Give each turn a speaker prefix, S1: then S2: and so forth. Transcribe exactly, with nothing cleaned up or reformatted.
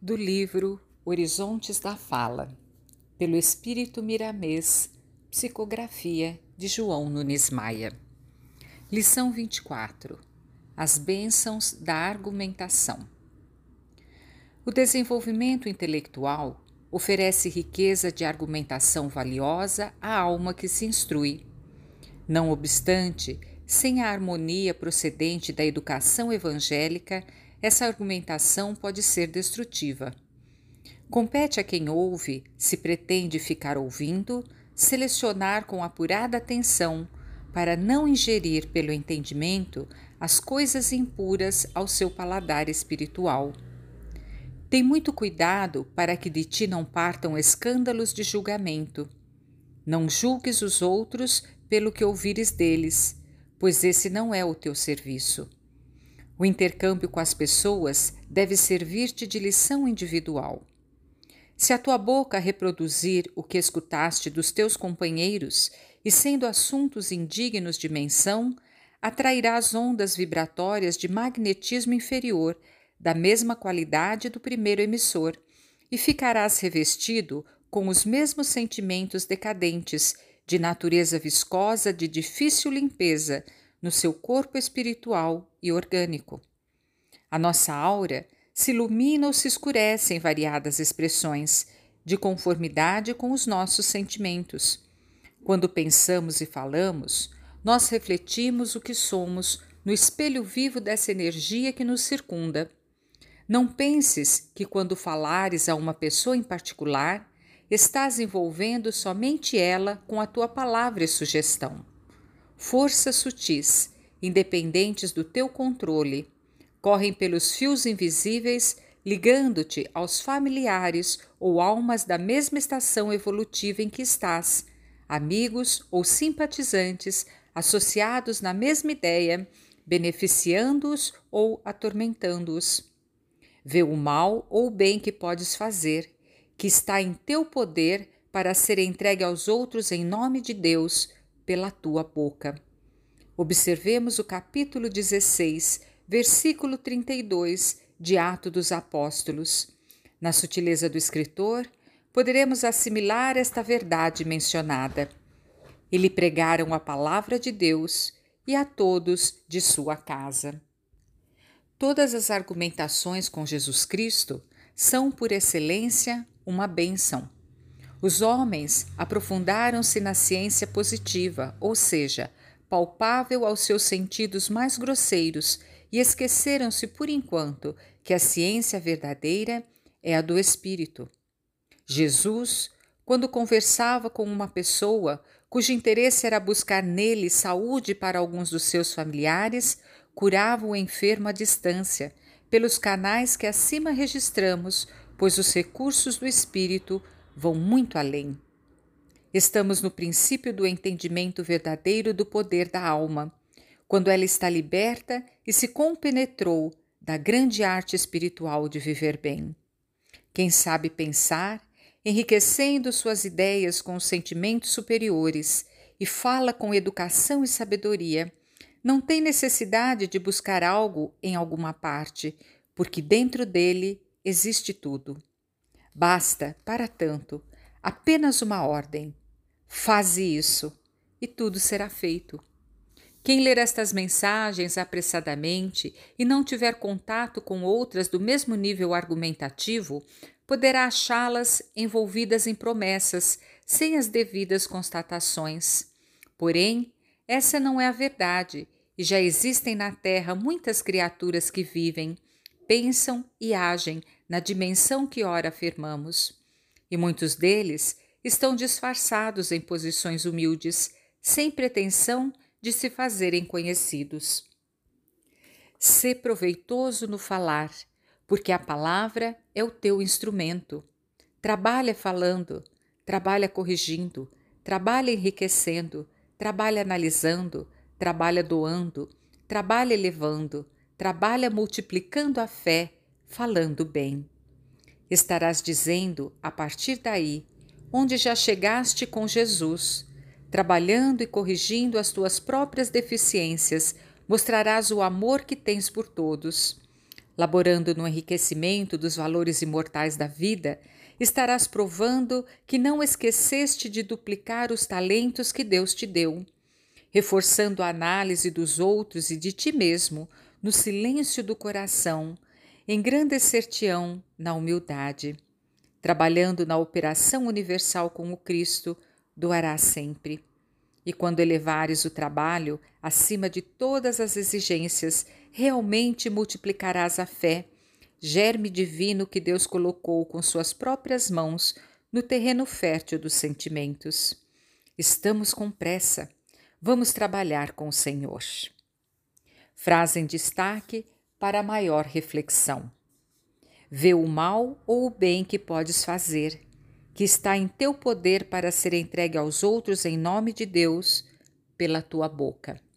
S1: do livro Horizontes da Fala, pelo Espírito Miramês, psicografia de João Nunes Maia. Lição vinte e quatro. As bênçãos da argumentação. O desenvolvimento intelectual oferece riqueza de argumentação valiosa à alma que se instrui. Não obstante, sem a harmonia procedente da educação evangélica, essa argumentação pode ser destrutiva. Compete a quem ouve, se pretende ficar ouvindo, selecionar com apurada atenção, para não ingerir pelo entendimento as coisas impuras ao seu paladar espiritual. Tem muito cuidado para que de ti não partam escândalos de julgamento. Não julgues os outros pelo que ouvires deles, pois esse não é o teu serviço. O intercâmbio com as pessoas deve servir-te de lição individual. Se a tua boca reproduzir o que escutaste dos teus companheiros, e sendo assuntos indignos de menção, atrairás ondas vibratórias de magnetismo inferior, da mesma qualidade do primeiro emissor, e ficarás revestido com os mesmos sentimentos decadentes, de natureza viscosa de difícil limpeza, no seu corpo espiritual e orgânico. A nossa aura se ilumina ou se escurece em variadas expressões, de conformidade com os nossos sentimentos. Quando pensamos e falamos, nós refletimos o que somos no espelho vivo dessa energia que nos circunda. Não penses que quando falares a uma pessoa em particular, estás envolvendo somente ela com a tua palavra e sugestão. Forças sutis, independentes do teu controle, correm pelos fios invisíveis, ligando-te aos familiares ou almas da mesma estação evolutiva em que estás, amigos ou simpatizantes associados na mesma ideia, beneficiando-os ou atormentando-os. Vê o mal ou o bem que podes fazer, que está em teu poder para ser entregue aos outros em nome de Deus, pela tua boca. Observemos o capítulo dezesseis, versículo trinta e dois de Atos dos Apóstolos. Na sutileza do escritor, poderemos assimilar esta verdade mencionada. E lhe pregaram a palavra de Deus e a todos de sua casa. Todas as argumentações com Jesus Cristo são, por excelência, uma bênção. Os homens aprofundaram-se na ciência positiva, ou seja, palpável aos seus sentidos mais grosseiros, e esqueceram-se por enquanto que a ciência verdadeira é a do Espírito. Jesus, quando conversava com uma pessoa cujo interesse era buscar nele saúde para alguns dos seus familiares, curava o enfermo à distância, pelos canais que acima registramos, pois os recursos do Espírito vão muito além. Estamos no princípio do entendimento verdadeiro do poder da alma, quando ela está liberta e se compenetrou da grande arte espiritual de viver bem. Quem sabe pensar, enriquecendo suas ideias com os sentimentos superiores e fala com educação e sabedoria, não tem necessidade de buscar algo em alguma parte, porque dentro dele existe tudo. Basta, para tanto, apenas uma ordem. Faze isso, e tudo será feito. Quem ler estas mensagens apressadamente e não tiver contato com outras do mesmo nível argumentativo, poderá achá-las envolvidas em promessas, sem as devidas constatações. Porém, essa não é a verdade, e já existem na Terra muitas criaturas que vivem, pensam e agem na dimensão que ora afirmamos. E muitos deles estão disfarçados em posições humildes, sem pretensão de se fazerem conhecidos. Sê proveitoso no falar, porque a palavra é o teu instrumento. Trabalha falando, trabalha corrigindo, trabalha enriquecendo, trabalha analisando, trabalha doando, trabalha elevando, trabalha multiplicando a fé, falando bem. Estarás dizendo, a partir daí, onde já chegaste com Jesus, trabalhando e corrigindo as tuas próprias deficiências, mostrarás o amor que tens por todos. Laborando no enriquecimento dos valores imortais da vida, estarás provando que não esqueceste de duplicar os talentos que Deus te deu, reforçando a análise dos outros e de ti mesmo no silêncio do coração, engrandecer-te-ão na humildade. Trabalhando na operação universal com o Cristo, doarás sempre. E quando elevares o trabalho acima de todas as exigências, realmente multiplicarás a fé, germe divino que Deus colocou com suas próprias mãos no terreno fértil dos sentimentos. Estamos com pressa. Vamos trabalhar com o Senhor. Frase em destaque para maior reflexão. Vê o mal ou o bem que podes fazer, que está em teu poder para ser entregue aos outros em nome de Deus, pela tua boca.